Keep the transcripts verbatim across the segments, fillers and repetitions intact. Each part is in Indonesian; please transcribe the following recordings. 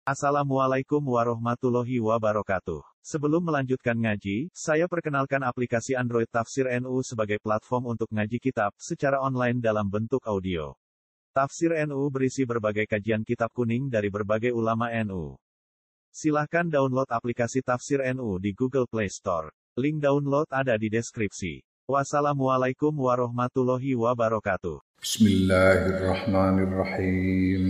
Assalamualaikum warahmatullahi wabarakatuh. Sebelum melanjutkan ngaji, saya perkenalkan aplikasi Android Tafsir N U sebagai platform untuk ngaji kitab secara online dalam bentuk audio. Tafsir N U berisi berbagai kajian kitab kuning dari berbagai ulama N U. Silahkan download aplikasi Tafsir N U di Google Play Store. Link download ada di deskripsi. Wassalamualaikum warahmatullahi wabarakatuh. Bismillahirrahmanirrahim.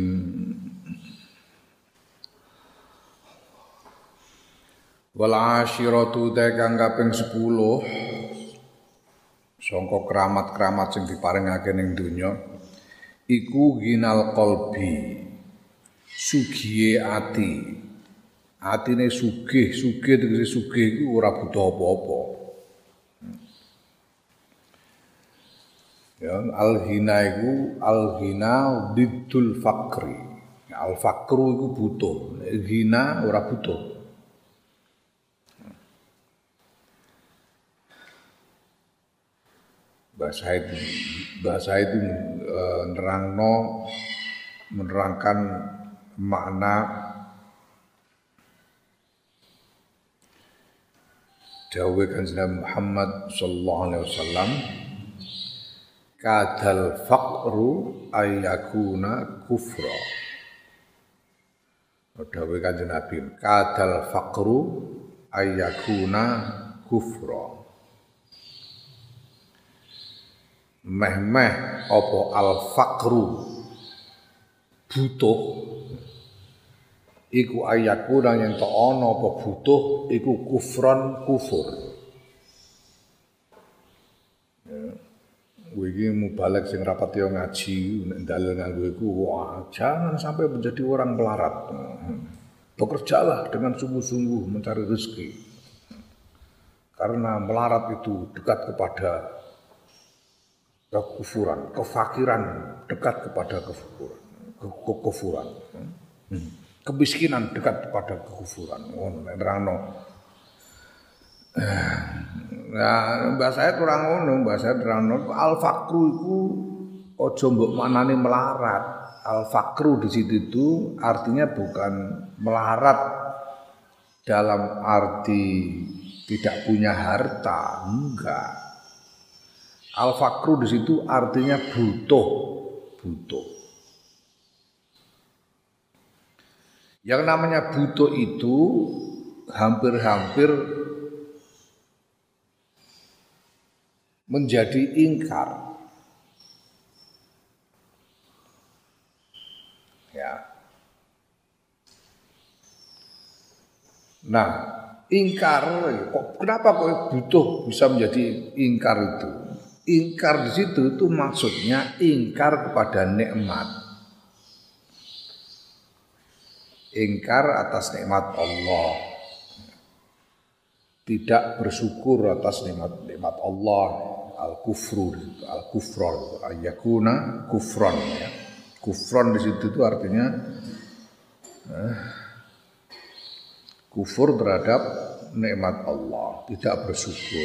Wal asyiratu kang kaping sepuluh sangka keramat-keramat sing diparingake ning donya iku ginal qalbi, sugihe ati. Atine sugih, sugih tegese sugih iku ora butuh apa-apa. Ya, al-ghina iku al-ghina diddul faqri. Al-faqru iku butuh, ghina ora butuh. Bahasa itu, bahasa itu e, nerangno, menerangkan makna dawuh Kanjeng Muhammad sallallahu alaihi wasallam, kadal faqru ayyakuna kufra. Dawuh Kanjeng Nabi, kadal faqru ayyakuna kufra. Meh-meh apa al-faqru butuh iku ayakuna yang tak ana apa butuh iku kufron kufur. Ya. Iki mubalek sing rapati ngaji nek dalil nganggo iku wah jangan sampai menjadi orang melarat. Bekerjalah dengan sungguh-sungguh mencari rezeki. Karena melarat itu dekat kepada kekufuran, kefakiran dekat kepada kekufuran, ke kekufuran, hmm. Kemiskinan dekat kepada kekufuran. Oh, nerangno. Nah, bahasa kurang ngono, bahasa nerangno al-faqru iku aja mbok maknane melarat. Al-faqru di situ itu artinya bukan melarat dalam arti tidak punya harta, enggak. Al-faqru di situ artinya butuh, butuh. Yang namanya butuh itu hampir-hampir menjadi ingkar. Ya. Nah, ingkar, kok kenapa kok butuh bisa menjadi ingkar itu? Ingkar di situ itu maksudnya ingkar kepada nikmat. Ingkar atas nikmat Allah. Tidak bersyukur atas nikmat-nikmat Allah. Al-kufru, al-kufron, ayyakuna kufron ya. Kufron di situ itu artinya eh, kufur terhadap nikmat Allah, tidak bersyukur.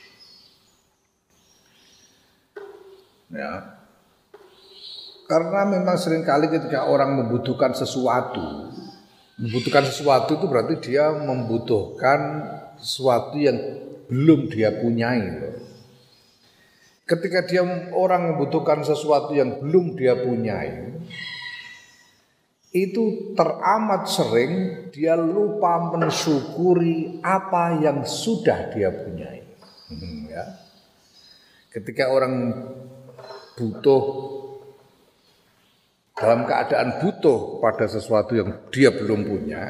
Ya, karena memang seringkali ketika orang membutuhkan sesuatu, membutuhkan sesuatu itu berarti dia membutuhkan sesuatu yang belum dia punyai. Ketika dia orang membutuhkan sesuatu yang belum dia punyai, itu teramat sering dia lupa mensyukuri apa yang sudah dia punyai. Hmm, ya. Ketika orang butuh, dalam keadaan butuh pada sesuatu yang dia belum punya,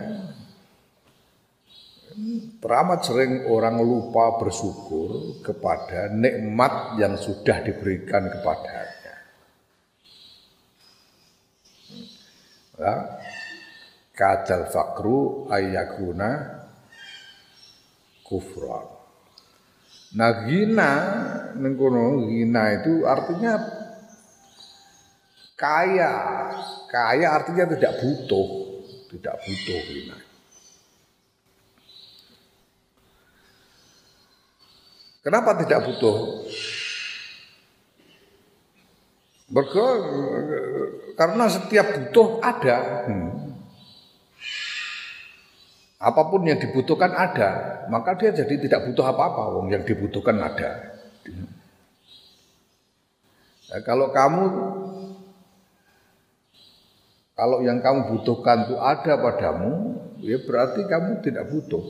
teramat sering orang lupa bersyukur kepada nikmat yang sudah diberikan kepadanya. Ya. Kadal faqru ayyakuna kufran. Nah, ghina nengkono ghina itu artinya kaya. Kaya artinya tidak butuh, tidak butuh ghina. Kenapa tidak butuh? Mergo karena setiap butuh ada. Hmm. apapun yang dibutuhkan ada, maka dia jadi tidak butuh apa-apa, wong yang dibutuhkan ada. Nah, kalau kamu kalau yang kamu butuhkan itu ada padamu, ya berarti kamu tidak butuh.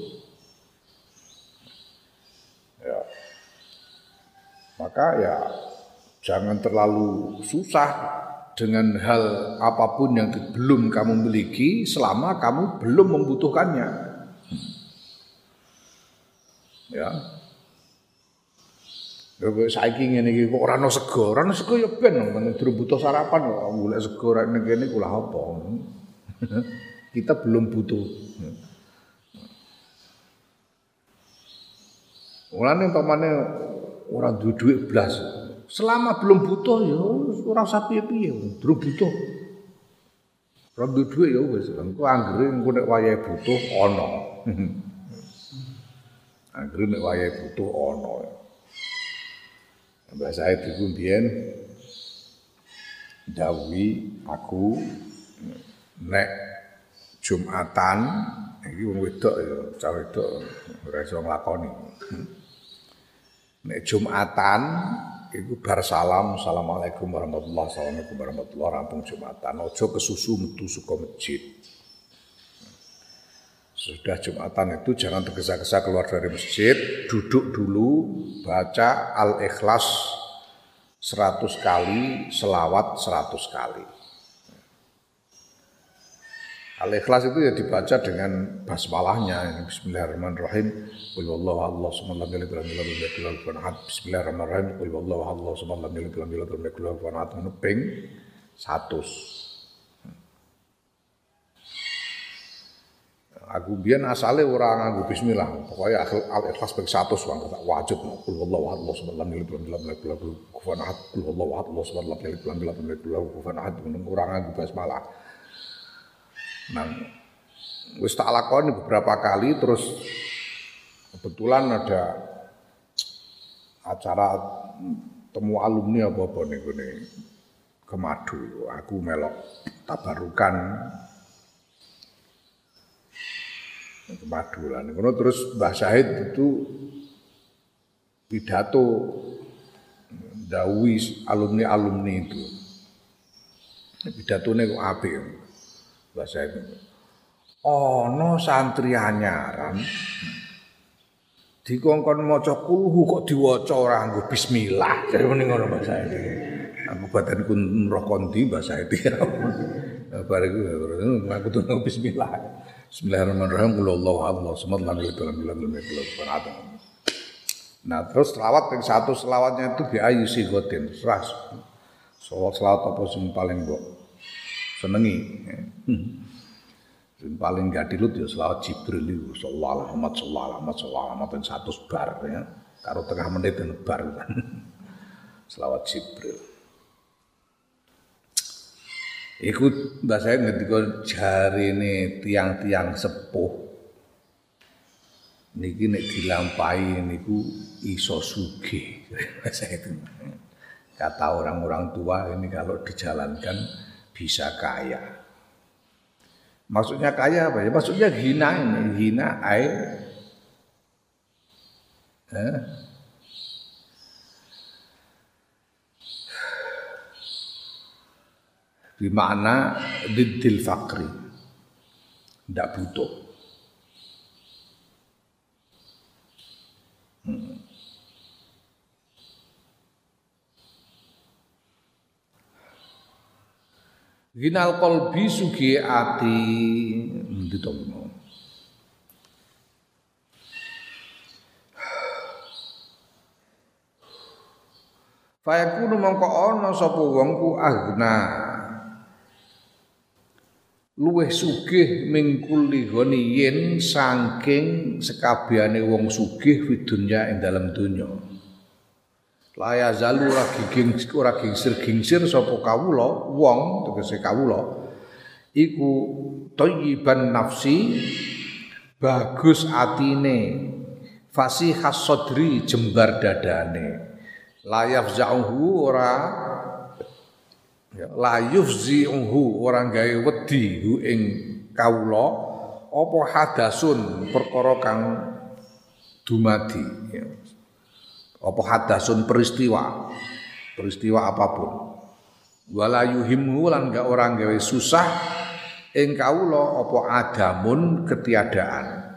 Ya. Maka ya jangan terlalu susah dengan hal apapun yang belum kamu miliki selama kamu belum membutuhkannya. Ya. Lha saiki ngene iki kok ora ono sego, ora ono sego ya ben men durung butuh sarapan kok golek sego rek ning kene kula apa. Kita belum butuh. Mulane umpamane ora duwe dhuwit blas. Selama belum butuh ya ora usah piye-piye, durung butuh. Ora duwe dhuwit ya wis, engko anggere engko nek wayahe butuh ana. Anggere nek wayahe butuh ana. Mbak Said iku mbiyen dawuhi aku nek Jumatan iki wong wedok ya, cah wedok ora iso nglakoni. Nek Jumatan iku bar salam, assalamualaikum warahmatullahi wabarakatuh, warahmatullahi rampung Jumatan, aja kesusu metu saka masjid. Sudah Jumatan itu jangan tergesa-gesa keluar dari masjid, duduk dulu, baca Al-Ikhlas seratus kali, selawat seratus kali. Al-Ikhlas itu ya dibaca dengan basmalahnya, Bismillahirrahmanirrahim, qul huwallahu ahad, Allahu samad, lam yalid walam yulad, walam yakul lahu kufuwan ahad. Bismillahirrahmanirrahim, qul huwallahu ahad, Allahu samad, lam yalid walam yulad, walam yakul lahu kufuwan ahad. Ping seratus. Aku biyen asale ora nganggo bismillah, pokoke Al-Ikhlas ping seratus wae tak wajib qul huwallahu ahad, Allahu samad, lam yalid walam yulad, walam yakul lahu kufuwan ahad. Qul huwallahu ahad, Allahu samad, lam yalid walam yulad, walam yakul lahu kufuwan ahad. Ora nganggo basmalah. Nah, wis tak lakoni beberapa kali terus kebetulan ada acara temu alumni apa-apa ning gone Kemadu. Aku melok tabarukan Kemadu lah. Ngono terus Mbah Syahid itu pidato dawuhi alumni-alumni itu. Pidatone kok apik. Mbah Syahid. Ana santri anyaran dikongkon maca kulhu kok diwaca ora nggo bismillah. Jare muni ngono Mbah Syahid. Aku badanku roh kondi Mbah Syahid. Bar iku aku tuh bismillah. Bismillahirrahmanirrahim. Qul huwallahu ahad, Allahu samad, lam yalid walam yulad, walam yakul lahu kufuwan ahad. Nah, terus selawat ping satu selawatnya itu bi ayu sigotin. Ras. Selawat selawat apa sing paling mbok senengi. Sing paling gadilut ya selawat Jibril itu sallallahu alaihi wasallam, sallallahu alaihi wasallam, sallallahu alaihi wasallam seratus bar ya. Karo tengah menit dan bar kan. Selawat Jibril. Iku Mbah Syahid ngendika jarine tiang-tiang sepuh niki nek dilampahi niku iso sugih. Mbah Syahid. Kata orang-orang tua ini kalau dijalankan bisa kaya. Maksudnya kaya apa ya? Maksudnya hina ini, hina air. Eh? Di makna diddil fakri, tidak butuh. Hmm. Ginal qalbi sugi ati ditono. Fayakunu mongko ana sapa wong ku agna luweh sugih mingkul ligoni yen saking sekabehane wong sugih fi dunya ing dalam donya. Laya zalu ora giging ora gingsir-gingsir sapa kawula wong tegese kawula iku thayyiban nafsi bagus atine fasihas sadri jembar dadane layaf zauhu ora ya layuf zi'uhu orang gawe wedi hu ing kawula apa hadasun perkara kang dumadi ya. Apa hadasun peristiwa peristiwa apapun wala yuhimmu lan gak orang gawe susah ing kawula apa adamun ketiadaan.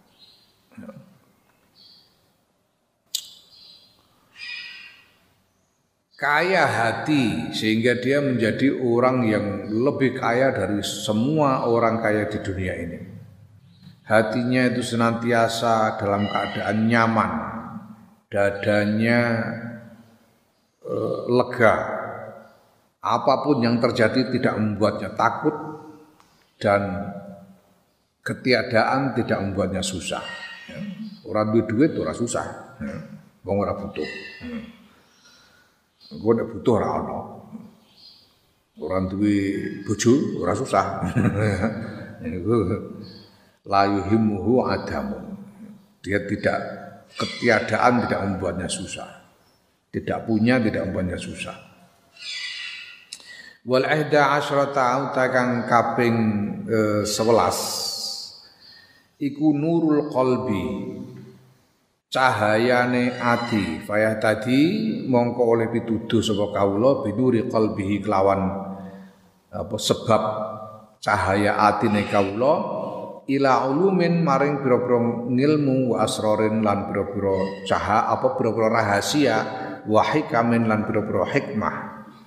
Kaya hati sehingga dia menjadi orang yang lebih kaya dari semua orang kaya di dunia ini. Hatinya itu senantiasa dalam keadaan nyaman, dadanya eh, lega. Apapun yang terjadi tidak membuatnya takut dan ketiadaan tidak membuatnya susah. Ya. Orang duit duit orang susah, ya. Wong ora butuh. Ya. Gue nek butuh ora ono. Orang duwe bojo ora susah. Iku la yuhimmuhu adamu. Dia tidak ketiadaan tidak membuatnya susah. Tidak punya tidak membuatnya susah. Wal ihda asyrata auta kang kaping eh, sebelas iku nurul qalbi cahayane ati fayah tadi mongko oleh pituduh sapa kawula binuri qalbihi kelawan apa sebab cahaya atine kawula ila ulumin maring pira-pira ngilmu wa asrorin lan pira-pira caha apa pira-pira rahasia wa hikamin lan pira-pira hikmah.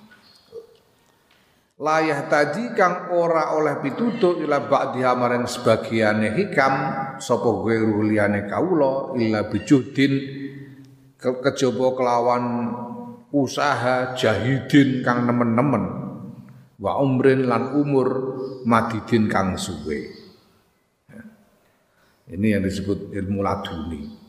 Layah tadi kang ora oleh pitutuh ila ba'diha maring sebagiane hikam sapa guru liyane kawula illa bijuhdin ke kejaba kelawan usaha jahidin kang nemen-nemen wa umrin lan umur madidin kang suwe. Ini yang disebut ilmu laduni.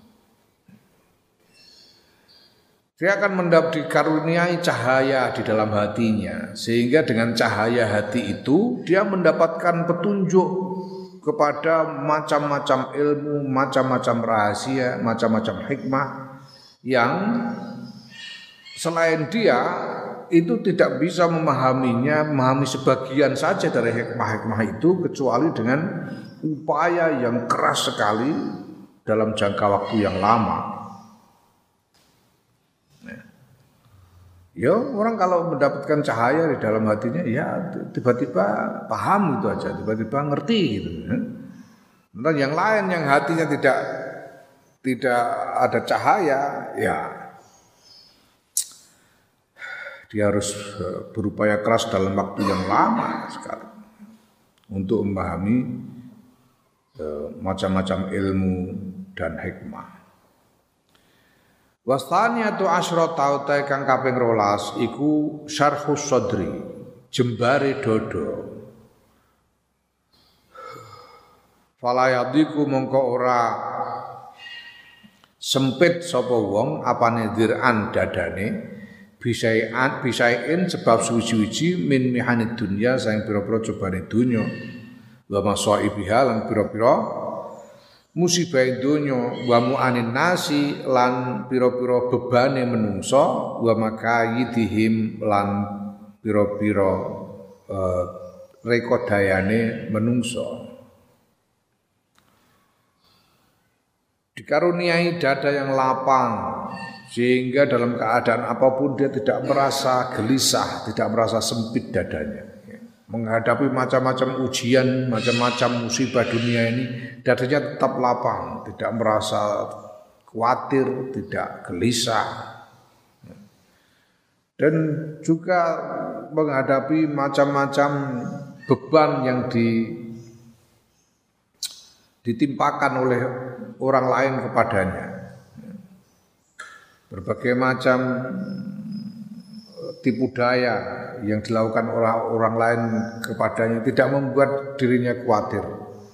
Dia akan mendapat dikaruniai cahaya di dalam hatinya, sehingga dengan cahaya hati itu dia mendapatkan petunjuk kepada macam-macam ilmu, macam-macam rahasia, macam-macam hikmah yang selain dia itu tidak bisa memahaminya, memahami sebagian saja dari hikmah-hikmah itu kecuali dengan upaya yang keras sekali dalam jangka waktu yang lama. Ya orang kalau mendapatkan cahaya di dalam hatinya ya tiba-tiba paham itu aja, tiba-tiba ngerti gitu. Tentang yang lain yang hatinya tidak tidak ada cahaya, ya dia harus berupaya keras dalam waktu yang lama sekali untuk memahami eh, macam-macam ilmu dan hikmah. Wasanya tu asyra tauta kang kaping rolas iku syarhus sadri jembare dodo. Falayadiku mongko ora sempit sapa wong apane diran dadane bisaian bisain sebab suwi-suwi min mihanid dunya saing pira-pira cobane dunya wa masaibiha lan pira-pira musibah donya wa mu'anin nasi lan pira-pira bebane menungso wa makayidihim lan pira-pira uh, rekodayane menungso. Dikaruniai dada yang lapang sehingga dalam keadaan apapun dia tidak merasa gelisah, tidak merasa sempit dadanya. Menghadapi macam-macam ujian, macam-macam musibah dunia ini, dadanya tetap lapang, tidak merasa khawatir, tidak gelisah. Dan juga menghadapi macam-macam beban yang di, ditimpakan oleh orang lain kepadanya. Berbagai macam tipu daya yang dilakukan orang orang lain kepadanya tidak membuat dirinya khawatir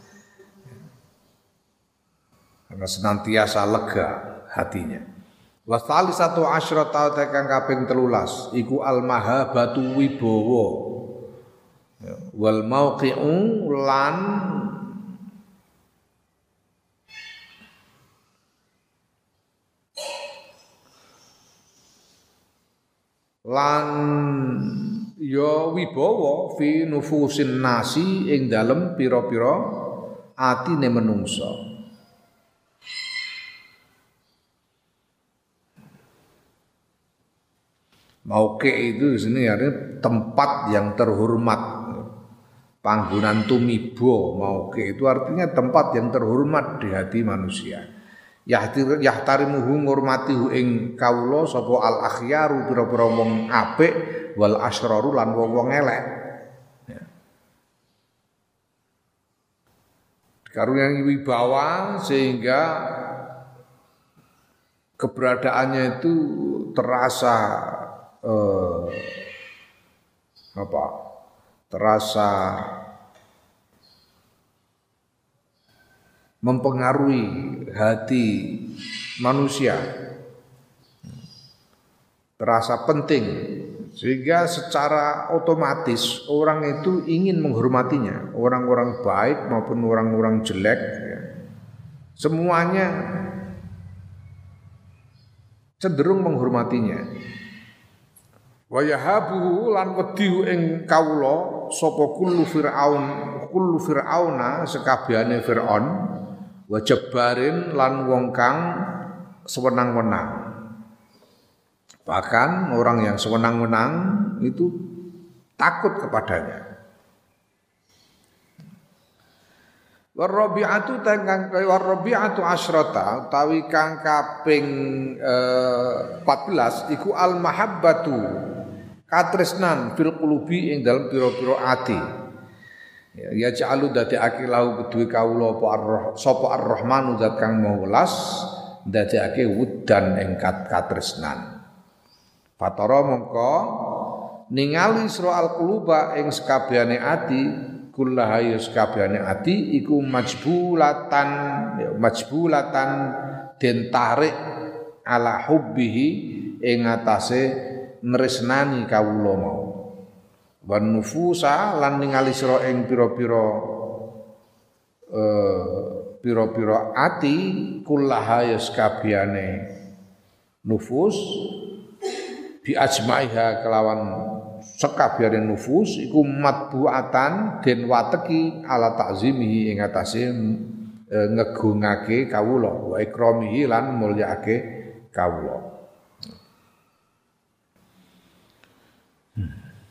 karena senantiasa lega hatinya. Wasali satu asyrata tekan kaping telulas iku al mahabatu wibawa wal mauqi'u lan lan ya wibawa fi nufusin nasi ing dalem pira-pira atine menungso. Mauke itu di sini artinya tempat yang terhormat. Panggonan tumibo mauke itu artinya tempat yang terhormat di hati manusia. Yahtir yahtarimuhu ngurmati hu ing kawula sapa al akhyaru pira-pira wong apik wal asyraru lan wong-wong elek. Ya. Karunia wibawa sehingga keberadaannya itu terasa eh, apa? Terasa mempengaruhi hati manusia, terasa penting sehingga secara otomatis orang itu ingin menghormatinya, orang-orang baik maupun orang-orang jelek, ya. Semuanya cenderung menghormatinya. Wa yahabu lan wedi ing kawula sapa kullu fir'aun kullu fir'auna sekabehane fir'aun wa jabbarin lan wong kang sewenang-wenang. Bahkan orang yang sewenang-wenang itu takut kepadanya. Warabi'atu tangkang warabi'atu asyrata utawi kang kaping eh, empat belas iku al mahabbatu katresnan fil qulubi ing dalem pira-pira ati. Ya ja'alu dadekake lahu kedue kawula apa arroh sapa ar-rahmanu zat kang maha welas dadekake wudan ing katresnan. Fatara mongko ningali sira al-quluba ing sekabehane ati kullaha sakabehane ati iku majbulatan ya, majbulatan den tarik ala hubbihi ing atase nresnani kawula mau wan nufusa lan ningali sira ing pira-pira eh pira-pira ati kullaha sakabehane nufus bi ajmaiha kelawan sekabehane nufus iku matbuatan den wateki ala takzimihi ing atase e, ngegungake kawula wa ikramihi lan mulyaake kawula. Hmm.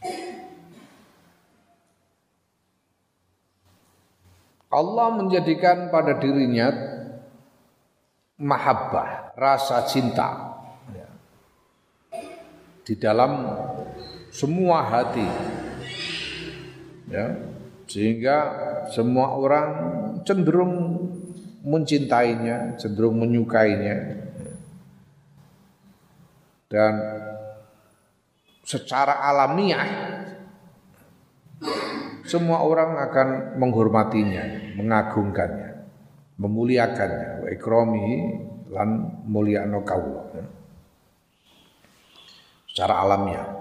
Allah menjadikan pada dirinya mahabbah, rasa cinta ya, di dalam semua hati, ya, sehingga semua orang cenderung mencintainya, cenderung menyukainya, dan secara alamiah semua orang akan menghormatinya, mengagungkannya, memuliakannya, wa ikramihi lan mulyakna kawula. Secara alamiah.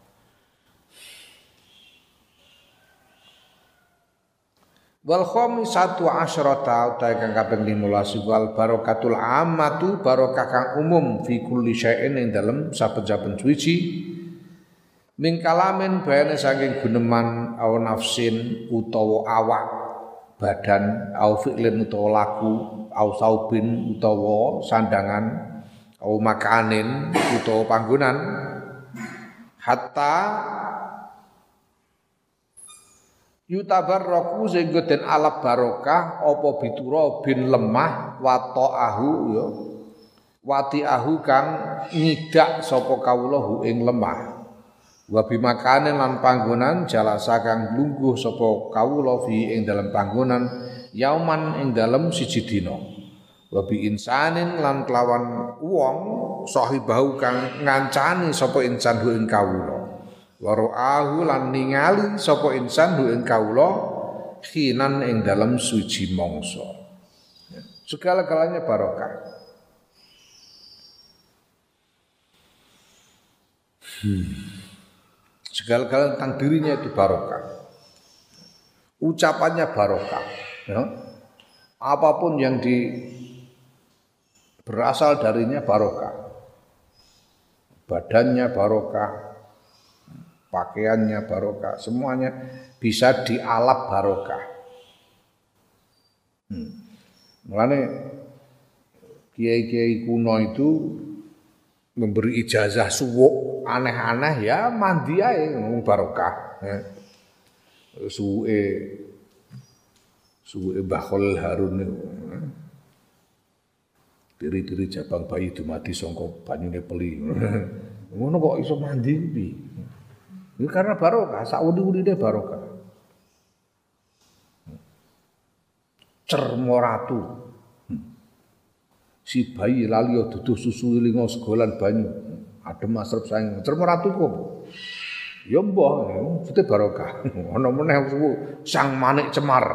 Wal khamisatu asyrata utawi kang kaping lima belas wal barakatul ammatu barokah kang umum fi kulli syai'in ing dalem saben-saben suci min kalamin bayane saking guneman au nafsin utawa awak badan au fi'lin utawa laku au saubin utawa sandangan au makanin utawa panggonan hatta yutabarraku sehingga den alap barokah apa bitura bin lemah wata'ahu ya wati'ahu kang ngidak sapa kawula hu ing lemah wa bimakane lan panggonan jalasa kang lungguh sapa kawula fi ing dalem panggonan yauman ing dalem siji dina wa bi insanin lan kelawan wong sahibahu kang ngancani sapa insan hu ing kawula waro'ahu lan ningali sapa insan hu ing kawula khinan ing dalam suci mangsa. Segala-galanya barokah. Hmm. Segala-galanya tentang dirinya itu barokah. Ucapannya barokah, ya. Apapun yang di berasal darinya barokah. Badannya barokah, pakaiannya barokah, semuanya bisa dialap barokah. Hmm. Mulane kiai-kiai kuno itu memberi ijazah suwuk aneh-aneh ya mandi ae barokah. Ya. Suwe suwe Mbah Khalil Harun niku. Diri-diri jabang bayi dumadi sangka banyune peli. Ngono kok iso mandi piye? Ini karena barokah, saudi-udine barokah. Cermoratu. Si bayi lali duduh susu lingo segolan banyu. Adem asrep saing. Cermoratu kok. Ya mbah, itu barokah. Ana meneh sang manik cemar.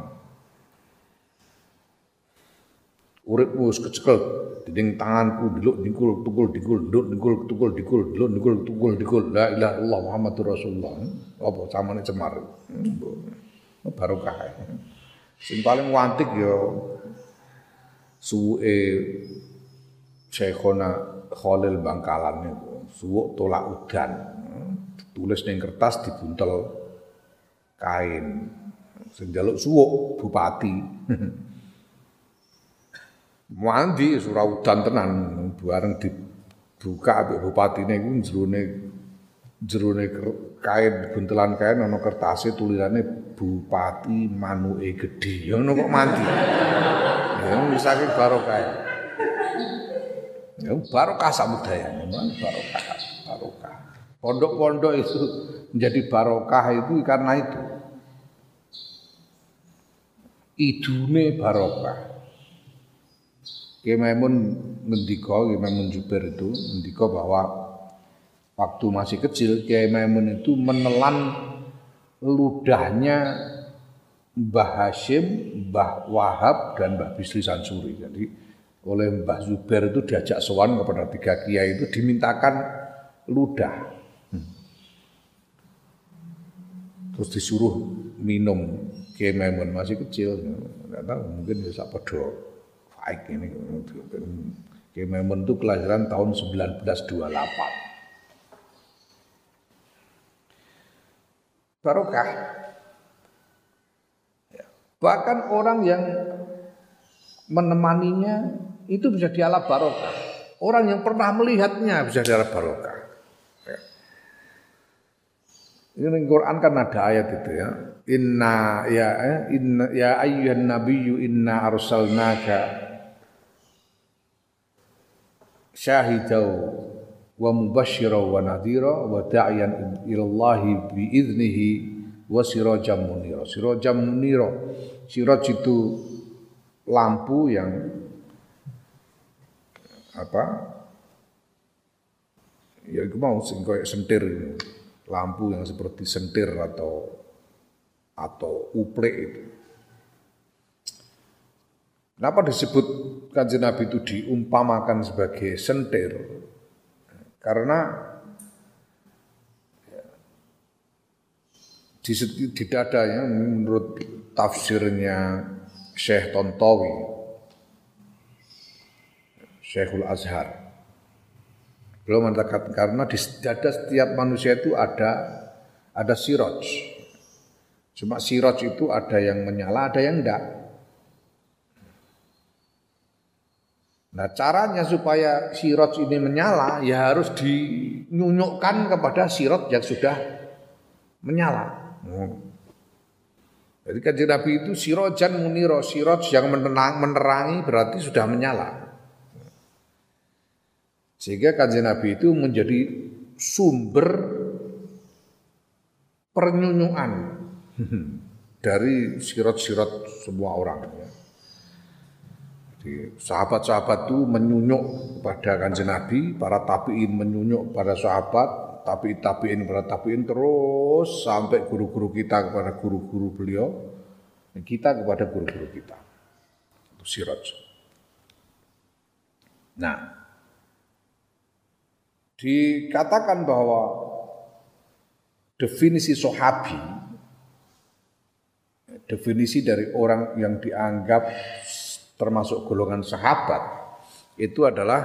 Uripmu wis kecekel dinding tanganku delok dikul tukul dikul nduk dikul tukul dikul delok dikul tukul dikul la ilaha illallah Muhammadur Rasulullah. Apa samane cemar. Barokah. Sing paling wantik ya suwe Syekhona Khalil Bangkalan niku. Suwuk tolak udan. Tulis ning kertas dibuntel kain. Sing njaluk suwuk bupati. Mandi surah udan tenan bareng dibuka ambek bupatine iku jerone jerone kain buntelan kain ana kertase tulisane Bupati Manuke Gedhe. Ya ngono kok mandi. Ya wis saking barokah. Ya barokah samudayane, barokah, barokah. Pondok-pondok itu menjadi barokah itu karena itu. Idune barokah. Kiai Maimun ngendika, Kiai Maimun Jubair itu ngendika bahwa waktu masih kecil Kiai Maimun itu menelan ludahnya Mbah Hashim, Mbah Wahab dan Mbah Bisri Sansuri. Jadi oleh Mbah Zubair itu diajak sowan kepada tiga kiai itu dimintakan ludah. Hmm. Terus disuruh minum. Kiai Maimun masih kecil, enggak tahu mungkin bisa padha Aik ini, Kiai Maimun itu kelahiran tahun seribu sembilan ratus dua puluh delapan. Barokah. Ya. Bahkan orang yang menemaninya itu bisa dialap barokah. Orang yang pernah melihatnya bisa dialap barokah. Ya. Ini di Quran kan ada ayat itu ya. Inna ya eh, inna ya ayyuhan nabiyyu inna arsalnaka syahidau wa mubashshira wa nadhira wa da'iyan ilallahi bi idnihi wa sirajan munira. Sirajan munira. Siraj itu lampu yang apa? Ya itu mau sing koyo sentir. Lampu yang seperti sentir atau atau uplek itu. Kenapa disebut Kanjeng Nabi itu diumpamakan sebagai sentir? Karena di, di dadanya menurut tafsirnya Syekh Tontowi, Syekhul Azhar, beliau mengatakan karena di dada setiap manusia itu ada ada siraj. Cuma siraj itu ada yang menyala, ada yang enggak. Nah caranya supaya siraj ini menyala ya harus dinyunyukkan kepada siraj yang sudah menyala. Hmm. Jadi Kanjeng Nabi itu sirajan munira, siraj yang menerang, menerangi berarti sudah menyala. Sehingga Kanjeng Nabi itu menjadi sumber pernyunyukan dari siraj-siraj semua orang. Sahabat-sahabat itu menyunyuk kepada Kanjeng Nabi, para tabi'in menyunyuk pada sahabat, tabi'in tabi'in kepada tabi'in terus sampai guru-guru kita kepada guru-guru beliau, dan kita kepada guru-guru kita. Itu siraj. Nah, dikatakan bahwa definisi sahabi, definisi dari orang yang dianggap termasuk golongan sahabat itu adalah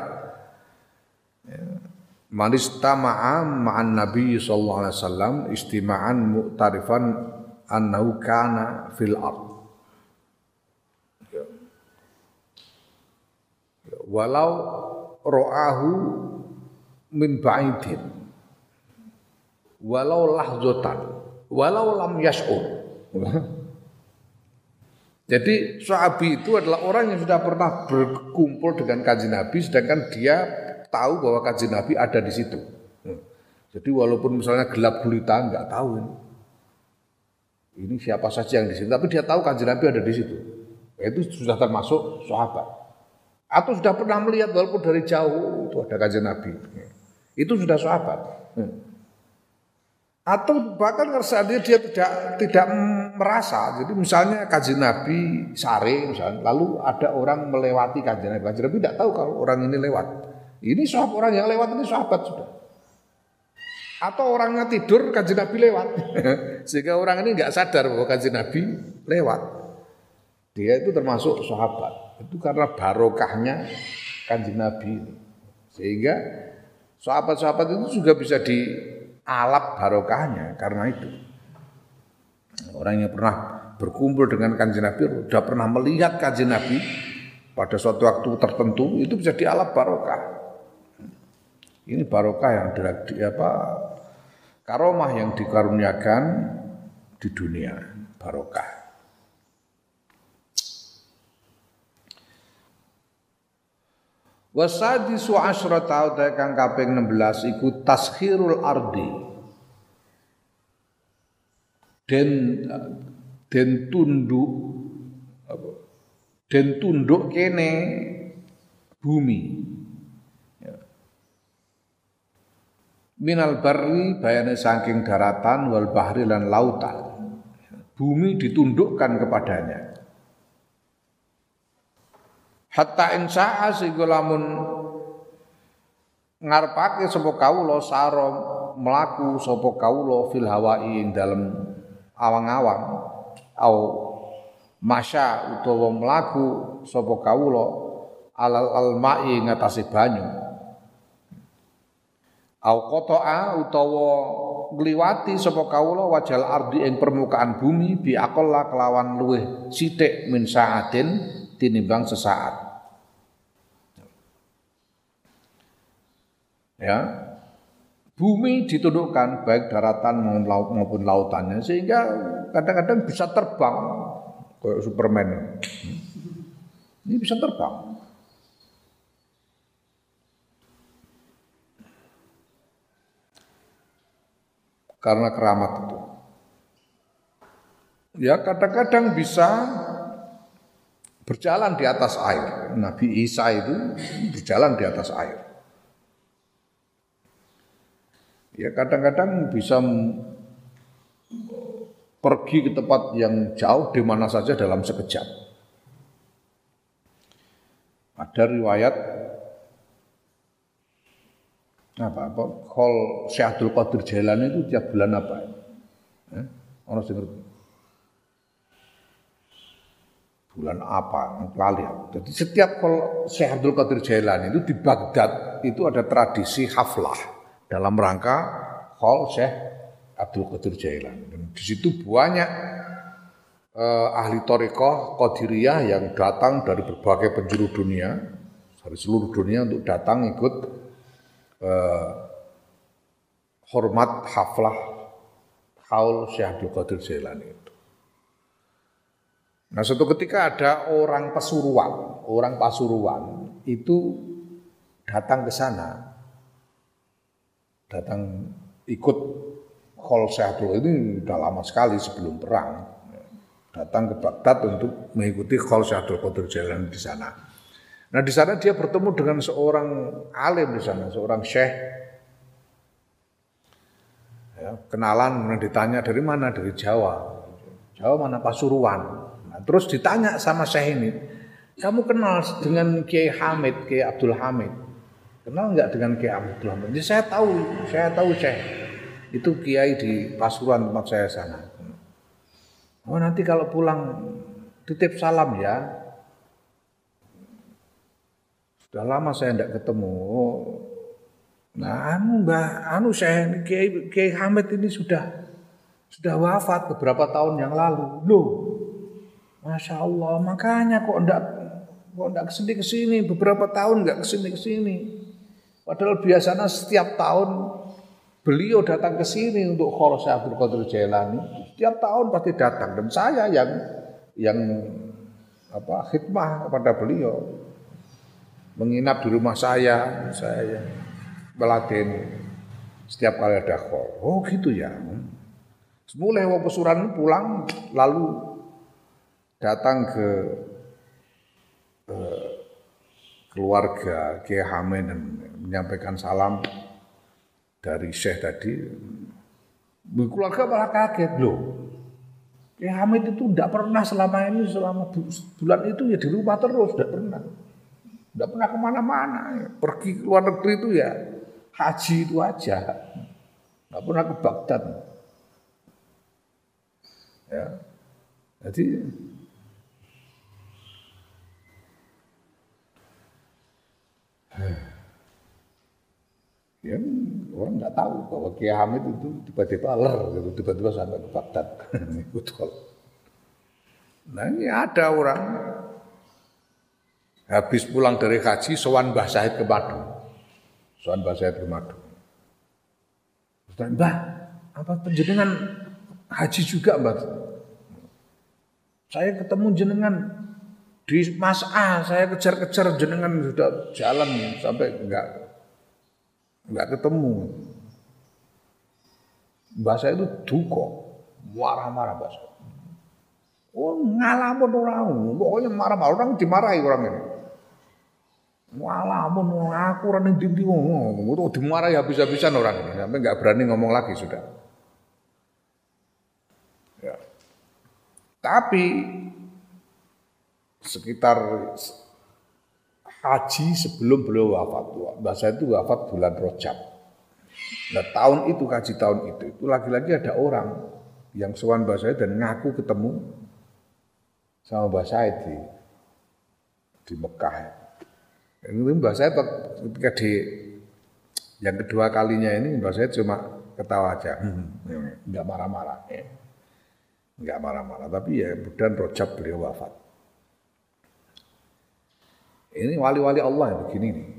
man istama'a ma'an Nabi sallallahu alaihi wasallam istima'an mu'tarifan annahu kana fil ard. walau ro'ahu min ba'idin walau lahzotan walau lam yas'ur. Jadi Sahabi itu adalah orang yang sudah pernah berkumpul dengan Kanjeng Nabi, sedangkan dia tahu bahwa Kanjeng Nabi ada di situ. Jadi walaupun misalnya gelap gulita nggak tahu ini, ini siapa saja yang di situ, tapi dia tahu Kanjeng Nabi ada di situ. Itu sudah termasuk sahabat. Atau sudah pernah melihat walaupun dari jauh itu ada Kanjeng Nabi. Itu sudah sahabat. Atau bahkan seandainya dia tidak tidak merasa, jadi misalnya Kanjeng Nabi sare misalnya, lalu ada orang melewati Kanjeng Nabi, Kanjeng Nabi tidak tahu kalau orang ini lewat. Ini sahabat, orang yang lewat ini sahabat sudah. Atau orangnya tidur Kanjeng Nabi lewat, sehingga orang ini nggak sadar bahwa Kanjeng Nabi lewat. Dia itu termasuk sahabat. Itu karena barokahnya Kanjeng Nabi ini, sehingga sahabat-sahabat itu juga bisa di alap barokahnya karena itu. Orang yang pernah berkumpul dengan Kanjeng Nabi, sudah pernah melihat Kanjeng Nabi pada suatu waktu tertentu, itu bisa dialap barokah. Ini barokah yang di apa karomah yang dikaruniakan di dunia, barokah. Wasadisu asyrata ta kang kaping enam belas iku taskhirul ardi. Den den tunduk apa? Den tunduk kene bumi. Ya. Minal barri bayane saking daratan wal bahri lan lautan. Bumi ditundukkan kepadanya. Hatta insya'a sehingga lamun ngarepake sapa kawula saro mlaku sapa kawula fil hawai ing dalem awang-awang au masya utawa mlaku sapa kawula alal almai ngatasi banyu au qata'a utawa ngliwati sapa kawula wajal ardi ing permukaan bumi bi aqalla kelawan luweh sithik min saatin tinimbang sesaat. Ya. Bumi ditundukkan baik daratan maupun lautannya sehingga kadang-kadang bisa terbang kayak Superman. Ini bisa terbang. Karena keramat itu. Ya kadang-kadang bisa berjalan di atas air. Nabi Isa itu berjalan di atas air. Ya kadang-kadang bisa pergi ke tempat yang jauh di mana saja dalam sekejap. Ada riwayat apa apa Khol Syekh Abdul Qadir Jailani itu tiap bulan apa? Eh? Orang sing ngerti. Bulan apa, lali. Jadi setiap kalau Syekh Abdul Qadir Jailani itu di Baghdad itu ada tradisi haflah dalam rangka Khol Syekh Abdul Qadir Jailani. Dan di situ banyak eh, ahli thariqah Qadiriyah yang datang dari berbagai penjuru dunia, dari seluruh dunia untuk datang ikut eh, hormat haflah Khol Syekh Abdul Qadir Jailani itu. Nah, suatu ketika ada orang Pasuruan, orang Pasuruan itu datang ke sana, datang ikut Khol Syekh Abdul ini sudah lama sekali sebelum perang, datang ke Baghdad untuk mengikuti Khol Syekh Abdul Qadir Jailani di sana. Nah, di sana dia bertemu dengan seorang alim di sana, seorang syekh. Ya, kenalan, kemudian ditanya dari mana? Dari Jawa. Jawa mana? Pasuruan. Terus ditanya sama Syekh ini, kamu kenal dengan Kiai Hamid, Kiai Abdul Hamid? Kenal enggak dengan Kiai Abdul Hamid? Jadi saya tahu, saya tahu Syekh. Itu Kiai di Pasuruan tempat saya sana. Oh nanti kalau pulang titip salam ya. Sudah lama saya enggak ketemu. Nah, anu Mbah, anu Syekh Kiai Kiai Hamid ini sudah sudah wafat beberapa tahun yang lalu. Loh. Masya Allah, makanya kok enggak Kok enggak kesini kesini beberapa tahun enggak kesini kesini. Padahal biasanya setiap tahun beliau datang ke sini untuk Khawas Abdul Qadir Jailani. Setiap tahun pasti datang dan saya yang yang apa khidmah kepada beliau, menginap di rumah saya, saya yang meladeni setiap kali ada khol. Oh gitu ya. Semula wong Pesuran pulang lalu datang ke eh, keluarga Kiai Hamid dan menyampaikan salam dari Syekh tadi. Keluarga malah kaget loh. Kiai Hamid itu tidak pernah selama ini selama bulan itu ya di rumah terus, tidak pernah, tidak pernah kemana-mana. Pergi ke luar negeri itu ya haji itu aja, tidak pernah ke Baghdad. Ya, jadi ya orang nggak tahu bahwa Kiai Hamid itu tiba-tiba ler gitu, tiba-tiba sampai ke Baghdad. Nah ini ada orang habis pulang dari haji sowan Mbah Said ke Madu, sowan Mbah Said ke Madu. Mbah, apa penjenengan haji juga Mbah? Saya ketemu jenengan di Mas'ah, saya kejar-kejar jenengan sudah jalan sampai enggak enggak ketemu. Mbah saya itu duka, marah-marah Mbah saya. Oh ngalamun orang, pokoknya marah-marah, orang dimarahi orang ini. Ngalamun aku orang yang dindi ngomong, itu dimarahi habis-habisan orang ini, sampai enggak berani ngomong lagi sudah. Ya. Tapi sekitar haji sebelum beliau wafat, Mbah saya itu wafat bulan Rajab. Nah tahun itu, haji tahun itu, itu lagi-lagi ada orang yang sowan Mbah saya dan ngaku ketemu sama Mbah Said di, di Mekah. Ini Mbah Said ketika di yang kedua kalinya ini Mbah Said cuma ketawa aja, hmm, enggak marah-marah, enggak marah-marah. Tapi ya bulan Rajab beliau wafat. Ini wali-wali Allah yang begini nih.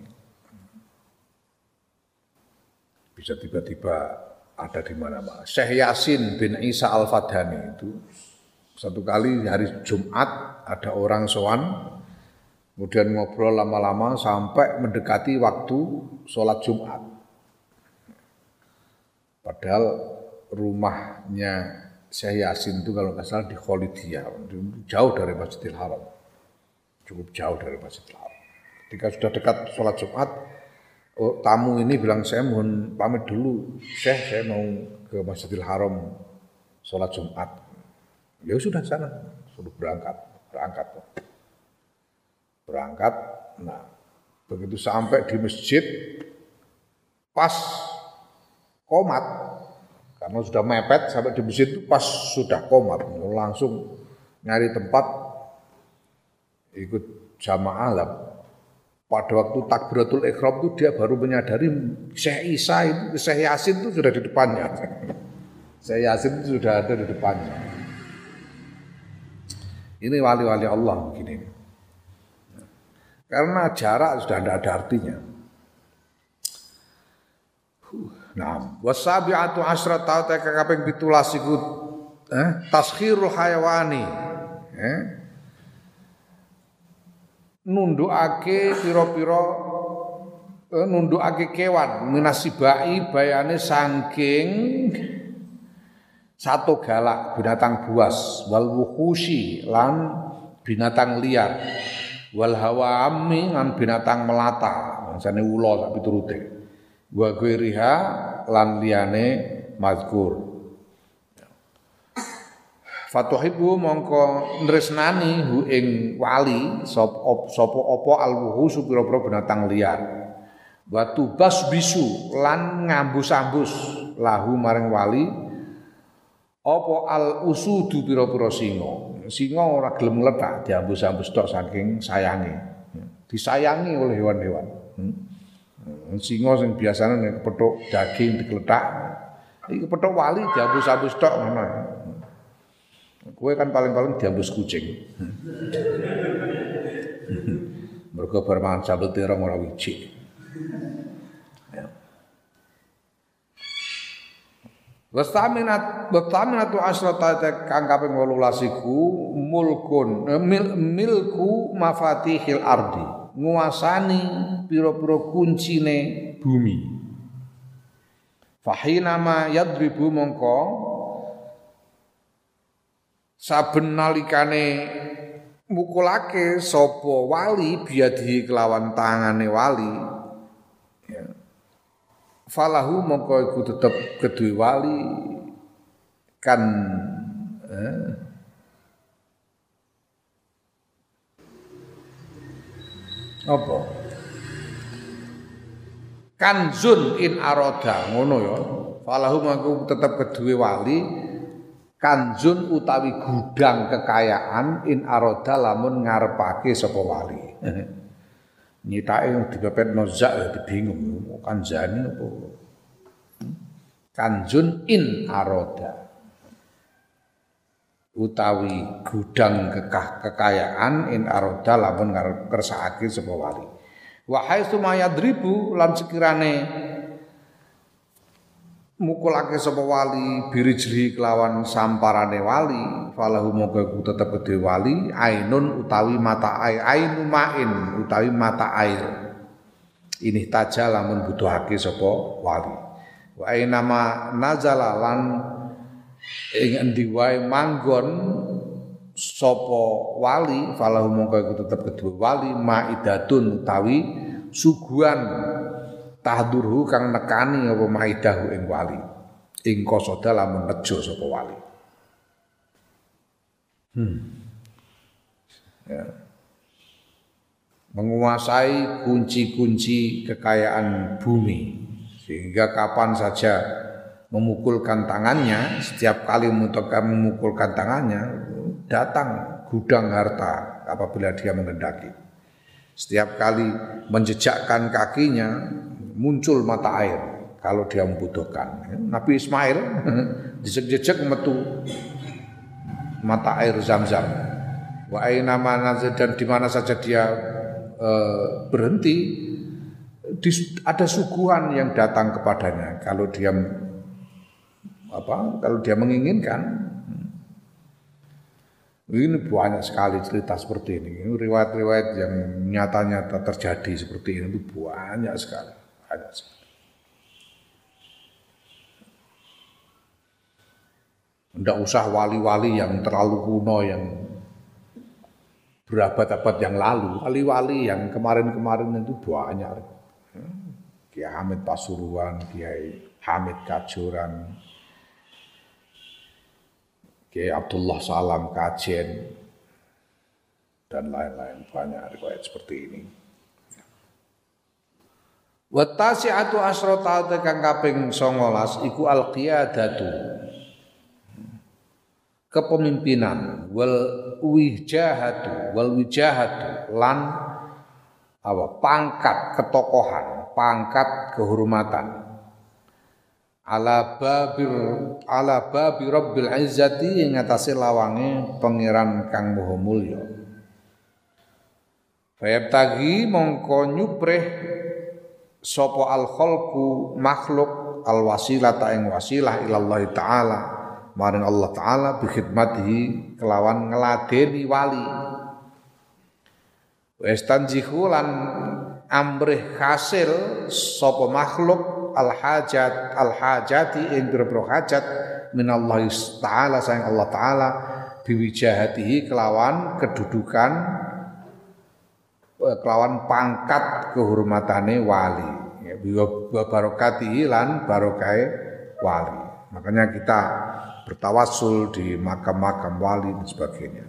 Bisa tiba-tiba ada di mana-mana. Syekh Yasin bin Isa Al-Fadhani itu satu kali hari Jumat ada orang sowan, kemudian ngobrol lama-lama sampai mendekati waktu sholat Jumat. Padahal rumahnya Syekh Yasin itu kalau nggak salah di Khalidiyah, jauh dari Masjidil Haram. Cukup jauh dari Masjidil Haram. Ketika sudah dekat sholat Jumat, oh, tamu ini bilang saya mohon pamit dulu, Syekh saya mau ke Masjidil Haram sholat Jumat. Ya sudah sana, suruh berangkat, berangkat, berangkat. Nah, begitu sampai di masjid, pas qomat, karena sudah mepet sampai di masjid itu pas sudah qomat, langsung nyari tempat ikut jamaah lah. Pada waktu takbiratul ihram itu dia baru menyadari Syekh Isa itu, Syekh Yasin itu sudah di depannya. Syekh Yasin itu sudah ada di depannya. Ini wali-wali Allah begini. Karena jarak sudah tidak ada artinya. Nah, wasabi'atu asyrata ta kaping pitulas iku eh taskhirul hayawani. Eh nundukake pira-pira eh, nundukake kewan minasibai bayane saking satu galak binatang buas wal wuhusi lan binatang liar wal hawami lan binatang melata maksane ula sak piturute wa ghairiha lan liyane mazkur. Fatuhibu mongko nresnani hu ing wali sapa sapa apa alwuhu pira-pira binatang liar. Wa tubas bisu lan ngambus-ambus lahu maring wali apa al usudu pira-pira singa. Singa ora gelem ngletak diambus-ambus tok saking sayange. Disayangi oleh hewan-hewan. Hmm. Singa sing biasane nek kepethuk daging dikletak, iki kepethuk wali diambus-ambus tok ngono. Kowe kan paling-paling diambus kucing. Mergo bar mangan sambel terong ora wiji. Wastaminat wastaminatu asrata kang kaping wolulas iku mulkun mil, milku mafatihil ardi nguasani pira-pira kuncine bumi. Fahinama yadribu mongko saben nalikane mukulake sapa wali biadi kelawan tangane wali ya. Falahu mongko iku tetep kedue wali kan eh, apa kanzun in aroda ngono ya. Falahu mongko tetep kedue wali kanzun utawi gudang kekayaan in aroda lamun ngarepake sapa wali. Nyitake yang dipepet nozak ya bingung kanzani apa. Kanzun in aroda utawi gudang kekah kekayaan in aroda lamun ngersakake sapa wali. Wa haitsu mayadribu lan sekirane mukulake sapa wali birijri kelawan samparane wali falahu mongko iku tetep gedhe wali ainun utawi mata air ainu main utawi mata air ini taja lamun butuhake sapa wali wa ainama nazala lan ing endi wae manggon sapa wali falahu mongko iku tetep gedhe wali maidatun utawi suguhan tahdurhu kang nekani apa maidahu ing wali ing qasada lamun nejo sapa wali hmm. ya. Menguasai kunci-kunci kekayaan bumi sehingga kapan saja memukulkan tangannya setiap kali memukulkan tangannya datang gudang harta apabila dia mengendaki setiap kali menjejakkan kakinya muncul mata air kalau dia membutuhkan. Nabi Ismail dijek-jek metu mata air Zam-Zam. Wa aina manazil dan di mana saja dia e, berhenti di, ada suguhan yang datang kepadanya kalau dia apa kalau dia menginginkan. Ini banyak sekali cerita seperti ini. Ini riwayat-riwayat yang nyata-nyata terjadi seperti ini itu banyak sekali. Banyak sekali. Tidak usah wali-wali yang terlalu kuno yang berabad-abad yang lalu. Wali-wali yang kemarin-kemarin itu banyak. Kiai Hamid Pasuruan, Kiai Hamid Kajuran, Kiai Abdullah Salam Kajen dan lain-lain banyak riwayat seperti ini. Wa tasi'atu asrata kang kaping songolas iku al-qiyadatu kepemimpinan wal wijahatu wal wijahatu lan apa pangkat ketokohan, pangkat kehormatan. Ala babir ala babi rabbil izzati ing atase lawange pangeran kang maha mulya. Fayab tagi mongko nyupreh sapa al khalqu makhluk al wasilata ing wasilah ilallah taala maring Allah taala bi khidmatihi kelawan ngladeni wali. Westanjihu lan amrih hasil sapa makhluk al hajat al hajati ing biro hajat minallahi taala sayang Allah taala biwijahatihi kelawan kedudukan kelawan pangkat kehormatane wali ya wa barokatihi lan barokahe wali. Makanya kita bertawassul di makam-makam wali dan sebagainya.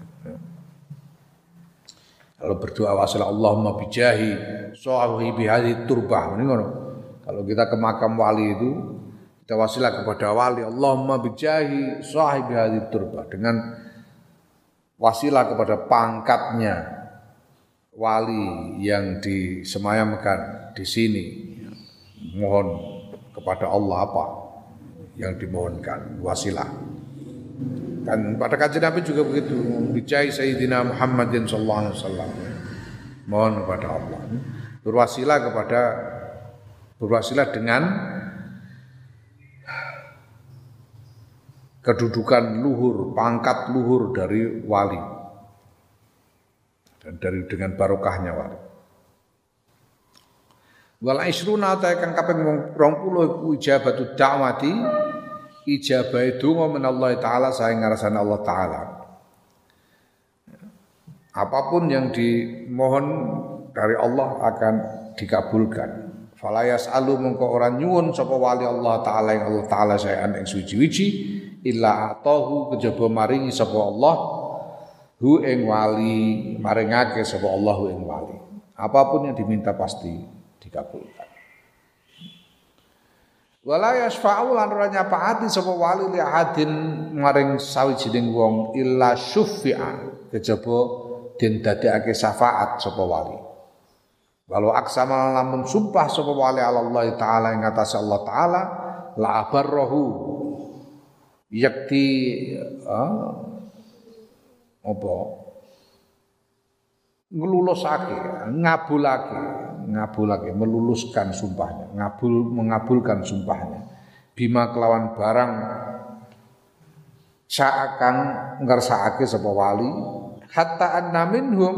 Kalau berdoa wasilah Allahumma bijahi sahibi hadhihi turbah ini ngono. Kalau kita ke makam wali itu kita wasilah kepada wali Allahumma bijahi sahibi hadhihi turbah dengan wasilah kepada pangkatnya wali yang disemayamkan di sini. Mohon kepada Allah apa yang dimohonkan wasilah. Dan pada kajian Nabi juga begitu, bijahi Sayyidina Muhammadin sallallahu alaihi wasallam. mohon kepada Allah. Berwasilah kepada berwasilah dengan kedudukan luhur, pangkat luhur dari wali dan dari dengan barokahnya wali. Wal isruna ta kang kaping rong puluh iku ijabatu da'wati, ijabah donga menallahi taala saing ngarsane Allah taala. Apapun yang dimohon dari Allah akan dikabulkan. Fala yas'alu mengko ora nyuwun sapa wali Allah taala ing Allah taala saean ing suci-suci illa atahu kejaba maringi sapa Allah hu ing wali, maringake sapa Allah hu ing wali. Apapun yang diminta pasti dikabulkan. Wala yasfa'u lan ora nyapaati sapa wali li ahadin maring sawijining wong illa syuffi'a kejaba den dadekake syafaat sapa wali. Walau aksama lamun sumpah sapa wali Allah taala ing atase Allah taala la abarrahu yakti ah, apa ngelulusake, ngabulake, ngabulake, meluluskan sumpahnya, ngabul mengabulkan sumpahnya. Bima kelawan barang sa'akan ngersakake sapa wali hatta anna minhum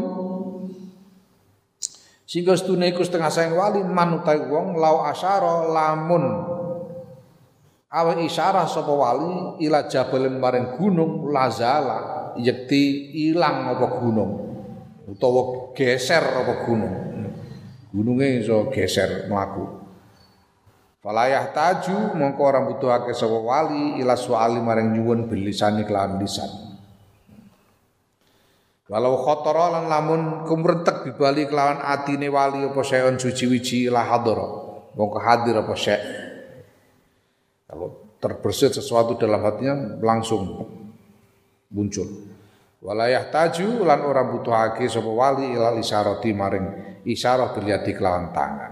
sehingga setune iku setengah saing wali manutai wong lau asyara lamun awe isyarah sapa wali ila jabalin maring gunung lazala yakti ilang apa gunung utawa geser apa gunung gununge iso geser mlaku falayah taju mongko ora butuhake sapa wali ila suali maring nyuwun bilisani kelawan lisan walau khotara lan lamun kumrentek bibali kelawan atine wali apa seon suci-wiji la hadara mongko hadir apa syek. Kalau terbersit sesuatu dalam hatinya langsung muncul. Walayah taju lan ora butuhake sapa wali ila isyarati maring isyarah bilyati kelawan tangan.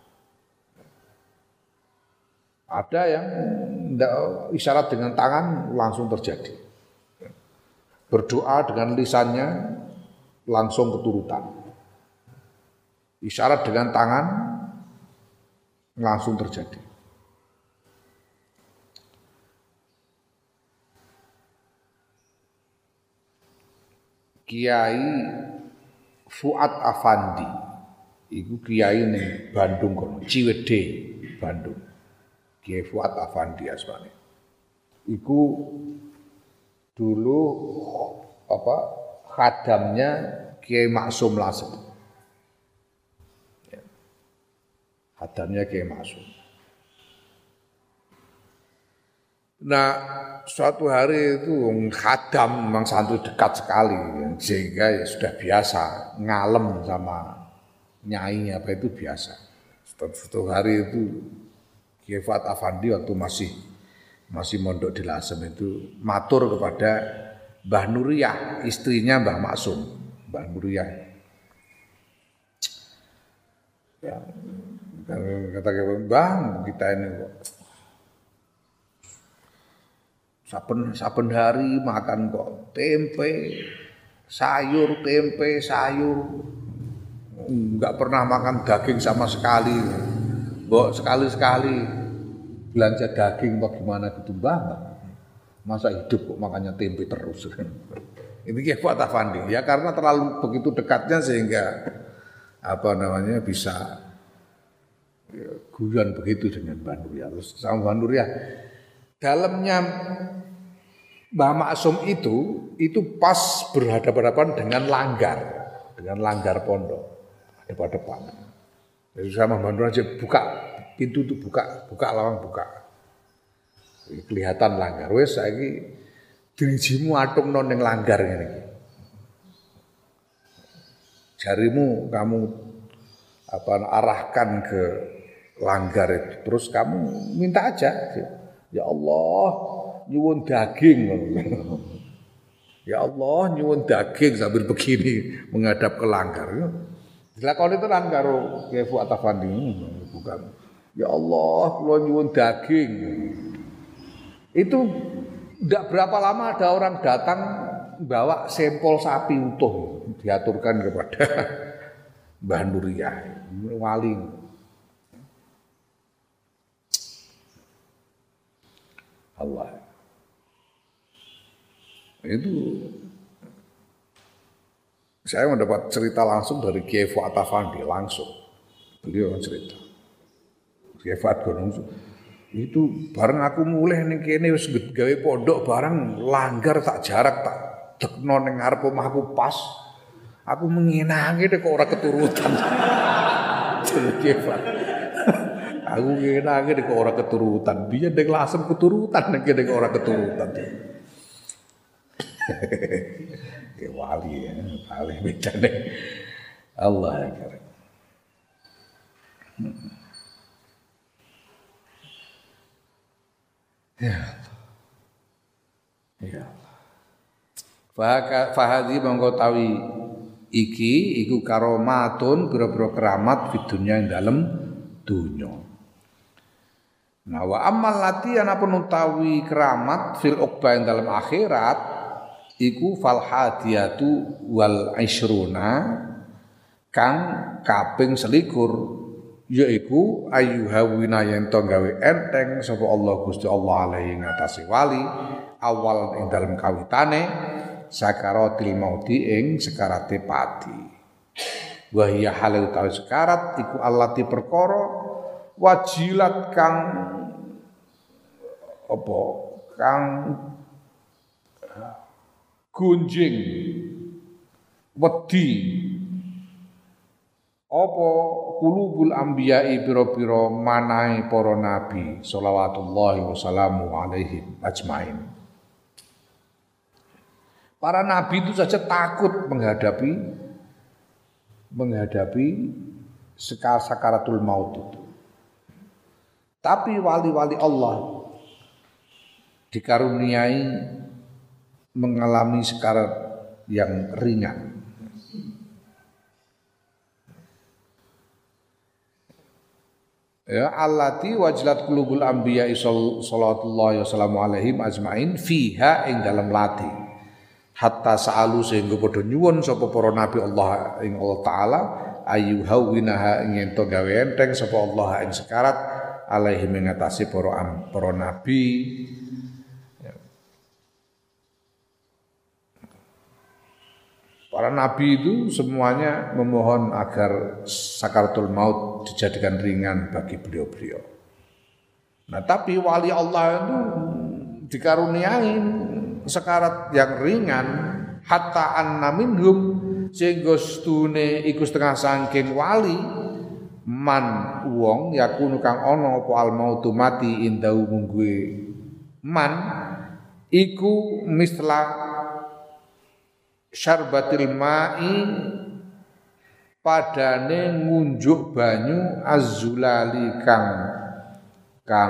Ada yang isyarat dengan tangan langsung terjadi. Berdoa dengan lisannya langsung keturutan. Isyarat dengan tangan langsung terjadi. Kiai Fuad Afandi iku kiai ning Bandung kono, Ciwidey, Bandung. Kiai Fuad Afandi asmane. Iku dulu apa khadamnya Kiai Maksum Lasem. Ya. Khadamnya Kiai Maksum. Nah, suatu hari itu khadam memang santri dekat sekali sehingga ya sudah biasa ngalem sama nyai apa itu biasa. Suatu hari itu Kiai Fuad Afandi waktu masih masih mondok di Lasem itu matur kepada Mbah Nuriyah, istrinya Mbah Maksum, Mbah Nuriyah. Ya, kata Mbah, kita ini kok saben saben hari makan kok tempe, sayur, tempe, sayur. Enggak pernah makan daging sama sekali. Mbok sekali-sekali belanja daging bagaimana gitu Mbah. Masa hidup kok makannya tempe terus. Ini Kiai Fuad Afandi ya karena terlalu begitu dekatnya sehingga apa namanya bisa ya, guyon begitu dengan Mbah Nuriyah. Terus sama Mbah Nuriyah dalamnya Mbah Maksum itu itu pas berhadapan-hadapan dengan langgar, dengan langgar pondok depan-depan. Jadi sama Mbah Nuriyah aja buka pintu itu buka, buka lawang buka. Kelihatan langgar. Wes saiki dirijimu atungno ning langgar ngene iki. Jarimu kamu apa arahkan ke langgar itu. Terus kamu minta aja. Ya Allah, nyuwun daging. Ya Allah, nyuwun daging sambil begini menghadap ke langgar. Dilakoni tenan karo Kiai Fuad Afandi bukan. Ya Allah, kula nyuwun daging. Itu tidak berapa lama ada orang datang bawa sampel sapi utuh diaturkan kepada Mbah Nuriyah, wali. Allah. Itu saya mendapat cerita langsung dari Kiai Fuad Afandi langsung. Beliau cerita. Kiai Fuad Gunung itu bareng aku mulai ning kene wis gawe pondok bareng langgar tak jarak tak dekno ning ngarep omahku pas. Aku mengenangi kok ora keturutan. Kiai Fuad. Aku mengenangi kok ora keturutan. Biyen ning lasem keturutan ning kene kok ora keturutan. Ya wali ya, wali bedane Allah akbar. Ya. Ya. Fahadi mongko tawi iki iku karomatun pira-pira keramat di dunia yang dalam dunya. Nah wa amal lati ana penutawi keramat fil uqba yang dalam akhirat iku fal hadiyatu wal ishruna kang kaping selikur yaiku ayyuhawina yen to gawe enteng sapa Allah Gusti Allah alaihi ngatasi wali awal ing dalem kawitane sakaratil mauti ing sekarate pati wa hiya halal tawi sekarat iku allati perkara wajilat kang apa kang gunjing wedi apa kulubul anbiya'i pira-pira manahe para nabi shalawatullahi wasallamu alaihim ajmain. Para nabi itu saja takut menghadapi menghadapi sakaratul maut itu. Tapi wali-wali Allah dikaruniai mengalami sekarat yang ringan. Ya allati wajlat qulubul anbiya sallallahu wasallam alaihim ajmain fiha ing dalam lati. Hatta sa'alu sehingga padha nyuwun sapa para nabi Allah ing Allah taala ayyuhawinaha ing ento gawe enteng sapa Allah ing sekarat alaihim ing atase para para nabi. Para nabi itu semuanya memohon agar sakaratul maut dijadikan ringan bagi beliau-beliau. Nah, tapi wali Allah itu dikaruniai sekarat yang ringan hatta anna minhum sehingga stune iku setengah saking wali man wong yakunu kang ana apa al mautu mati indau mungguwe man iku misla syarbatil ma'i padane ngunjuk banyu azzulali kang kang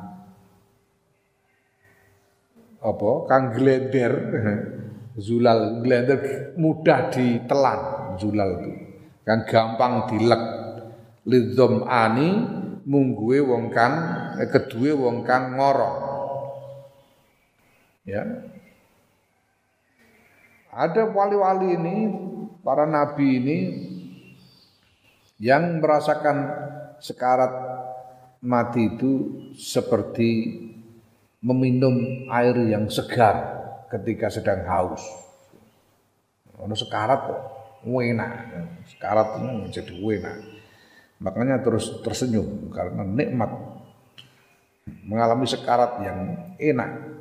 apa kang glender zulal glender mudah ditelan zulal itu kang gampang dilek lidzom ani mungguwe wong kang keduwe wong kang ngorok ya. Ada wali-wali ini, para nabi ini yang merasakan sekarat mati itu seperti meminum air yang segar ketika sedang haus. Ono sekarat kok, enak. Sekarat itu jadi enak. Makanya terus tersenyum karena nikmat mengalami sekarat yang enak.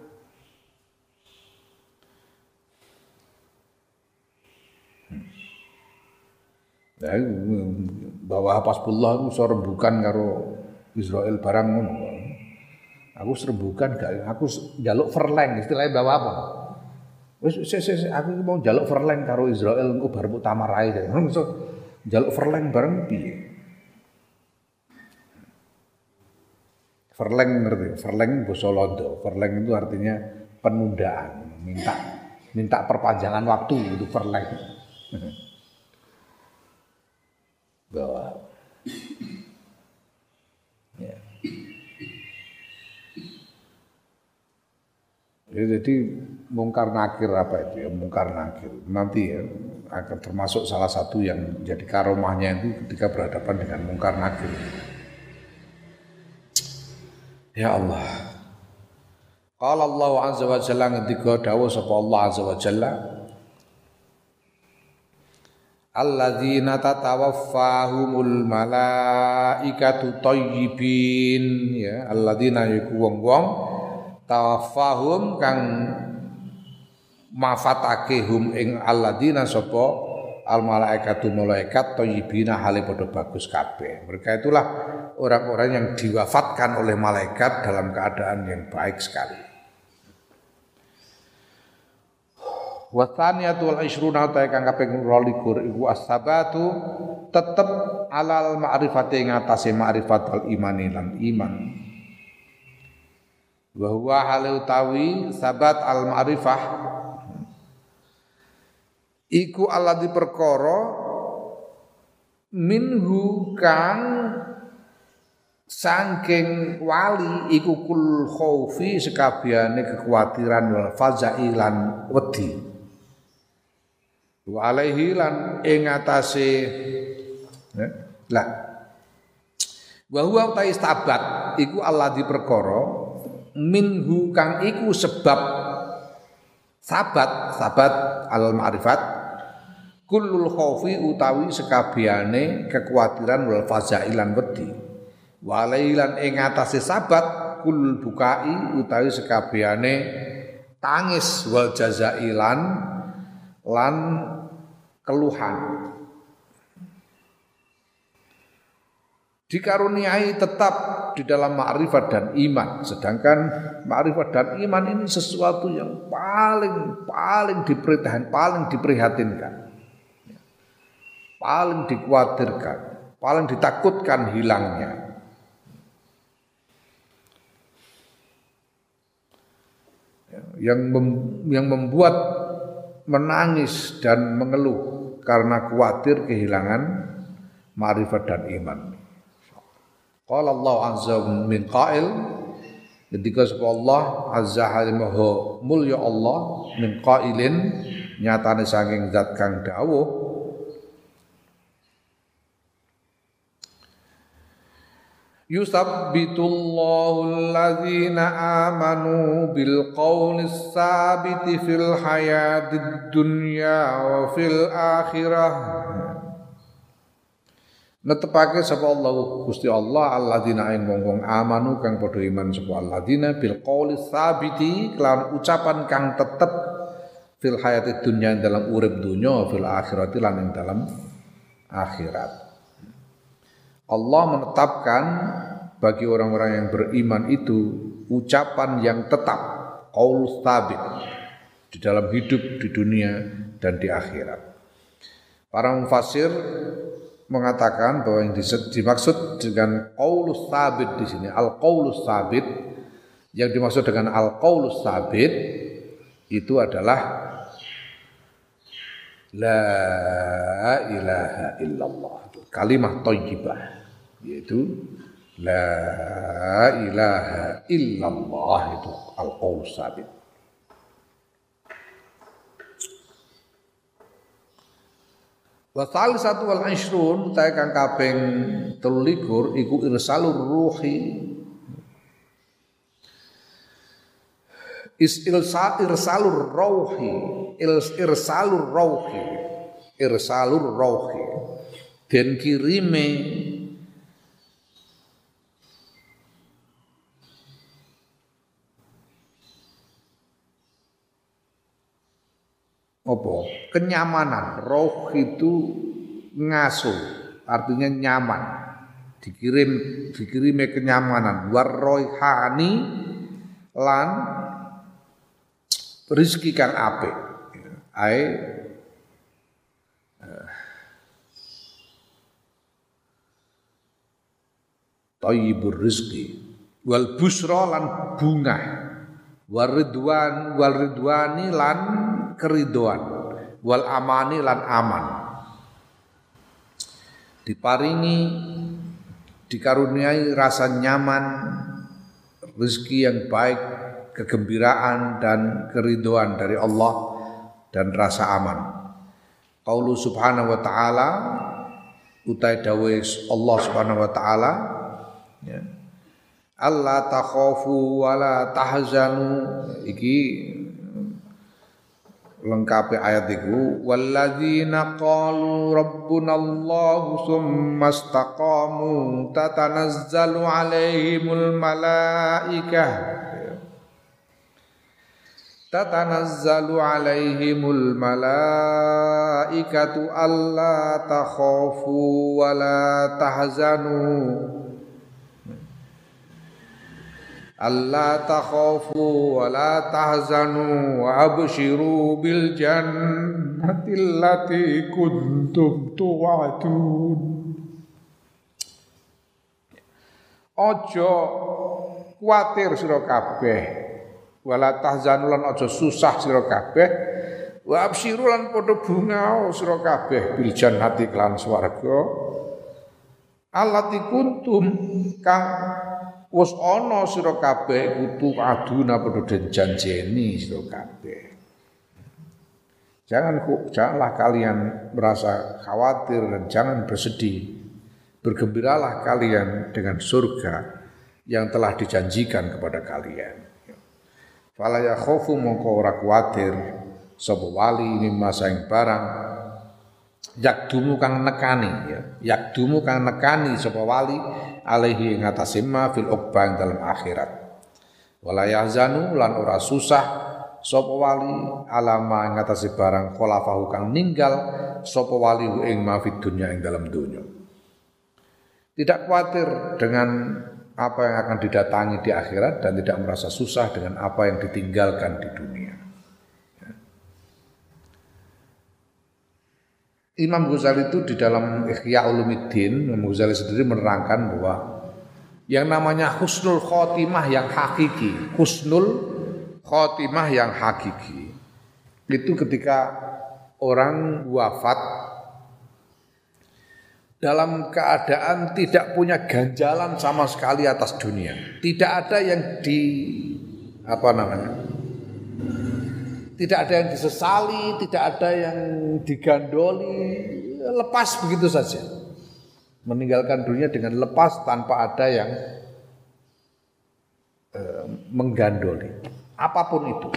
Ya, bahwa Hasbullah itu so rembukan karo Israel barang ngono. Aku serembukan gak, aku njaluk verleng istilahnya bawa apa? Wis aku mau njaluk verleng karo Israel engko bar muktamar ae. Ngono njaluk verleng bareng piye? Verleng ngerti? Verleng basa Londo. Verleng itu artinya penundaan, minta minta perpanjangan waktu itu verleng. Bahwa ya. Ya, jadi mungkar nakir apa itu ya mungkar nakir nanti ya akan termasuk salah satu yang menjadi karomahnya itu ketika berhadapan dengan mungkar nakir. Ya Allah. Qala Allah azza wa jalla ngendika dawuh sapa Allah azza wa jalla alladzina tatawaffahumul malaikatu thayyibin, ya alladzina iku wong-wong tawaffahum kang mafatake hum ing alladzina sapa al malaikatu malaikat thayyibina hale padha bagus kabeh. Mereka itulah orang-orang yang diwafatkan oleh malaikat dalam keadaan yang baik sekali. Wa thaniyatul ishruna ta kang kaping rolikur iku as-sabatu tetep alal ma'rifati ngatasé ma'rifat wal imani lan iman. Wa huwa hal utawi sabat al ma'rifah iku alladzi perkara minhu kang saking wali iku kul khaufi sekabehane kekhawatiran wal fazai lan wedi. Wa alaihi lan ing atase lah wa huwa ta istabat iku alladzi perkara minhu kang iku sebab sabat sabat al ma'rifat kullul khaufi utawi sekabehane kekhawatiran wal fazailan wedi wa alaihi lan ing atase sabat kul bukai utawi sekabehane tangis wal jazailan lan keluhan. Dikaruniai tetap di dalam ma'rifat dan iman, sedangkan ma'rifat dan iman ini sesuatu yang paling paling diperhatikan, paling diprihatinkan, paling dikhawatirkan, paling ditakutkan hilangnya. Yang mem, yang membuat menangis dan mengeluh karena khawatir kehilangan ma'rifat dan iman. Qala Allah azza min qail, ketika sapa Allah azza halimahu mulya Allah min qailin nyatane saking zat kang dawuh yusabbitullahu alladzina amanu bil qawlis sabiti fil hayatid dunya wa fil akhirah. Netepake sapa Allah Gusti Allah alladzina ing wong-wong amanu kang padha iman sapa alladzina bil qawlis sabiti kelawan ucapan kang tetep fil hayatid dunya dalam urip dunya fil akhirati lan ing dalam akhirat. Allah menetapkan bagi orang-orang yang beriman itu ucapan yang tetap, qaul tsabit di dalam hidup di dunia dan di akhirat. Para mufassir mengatakan bahwa yang dimaksud dengan qaul tsabit di sini al-qaul tsabit, yang dimaksud dengan al-qaul tsabit itu adalah la ilaha illallah, kalimat thayyibah, yaitu la ilaha illallah, itu al-qaul tsabit. Wa satu wal ishrun ta kang kaping telu iku irsalur ruhi is ilsa irsalur ruhi irsalur ruhi irsalur ruhi den kirime apa? Kenyamanan. Roh itu ngasuh, artinya nyaman. Dikirim dikirime kenyamanan. Warroihani lan rezeki kang apik. Ae thayyibur rizqi wal busra lan bunga waridwan wal ridwani lan keridoan wal amani lan aman, diparingi dikaruniai rasa nyaman, rezeki yang baik, kegembiraan dan keridoan dari Allah dan rasa aman. Qaulu subhanahu wa ta'ala utai dawe Allah subhanahu wa ta'ala ya. Allah takhafu wa la tahzanu iki lengkapi ayat iku walladzina qalu rabbunallahu tsumma istaqamu tatanazzalu alaihimul malaikah tatanazzalu alaihimul malaikatu alla takhafu wa la tahzanu alla takhafu wa la tahzanu wa abshiru bil jannati allati kuntum tu'adun. Ojo kuatir sira kabeh wala tahzanu lan aja susah sira kabeh wa abshiru lan padha bunga sira kabeh bil jannati lan swarga allati kuntum kang wis ana sira kabeh kutu aduna padha den janjeni sira kabeh. Jangan janganlah kalian merasa khawatir dan jangan bersedih. Bergembiralah kalian dengan surga yang telah dijanjikan kepada kalian. Fala yakhafu mongko ora kuwatir sapa wali mimma saing barang yakdumu kang nekani ya. Yakdumu kang nekani sapa wali alaihi ing atase ma fil uqbang dalam akhirat. Wala yahzanu lan ora susah sapa wali alama ing atase barang khalafahu kang ninggal sapa wali ing ma fid dunya ing dalam dunya. Tidak khawatir dengan apa yang akan didatangi di akhirat dan tidak merasa susah dengan apa yang ditinggalkan di dunia. Imam Ghazali itu di dalam Ihya Ulumuddin, Imam Ghazali sendiri menerangkan bahwa yang namanya husnul khotimah yang hakiki, husnul khotimah yang hakiki, itu ketika orang wafat dalam keadaan tidak punya ganjalan sama sekali atas dunia, tidak ada yang di apa namanya, tidak ada yang disesali, tidak ada yang digandoli, lepas begitu saja, meninggalkan dunia dengan lepas tanpa ada yang eh, menggandoli, apapun itu.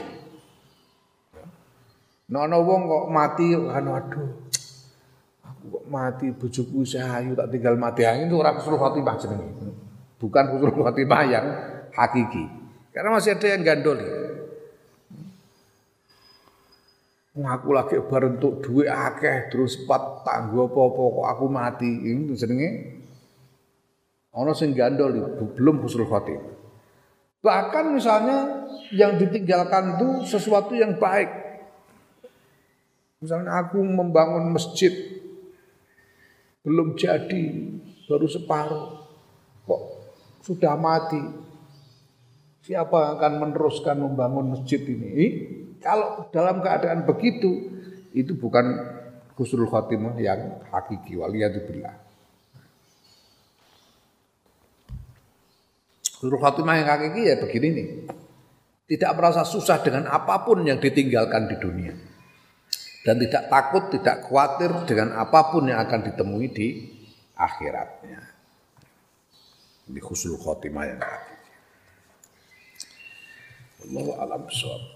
Nono wong kok mati, kan aduh. Kok mati bojoku sayu tak tinggal mati angin itu ora husnul khotimah jenenge. Bukan husnul khotimah yang hakiki. Karena masih ada yang gandoli. Aku lagi bar entuk dhuwit akeh terus pat tanggo apa-apa kok aku mati. Itu jenenge ana sing gandoli belum husnul khotimah. Bahkan misalnya yang ditinggalkan itu sesuatu yang baik. Misalnya aku membangun masjid belum jadi, baru separuh, kok sudah mati. Siapa yang akan meneruskan membangun masjid ini? Eh, kalau dalam keadaan begitu, itu bukan husnul khotimah yang hakiki. Waliyadzubillah. Husnul khotimah yang hakiki ya begini nih. Tidak merasa susah dengan apapun yang ditinggalkan di dunia. Dan tidak takut, tidak khawatir dengan apapun yang akan ditemui di akhiratnya. Ini husnul khotimah yang hakiki. Allahu a'lam bishawab.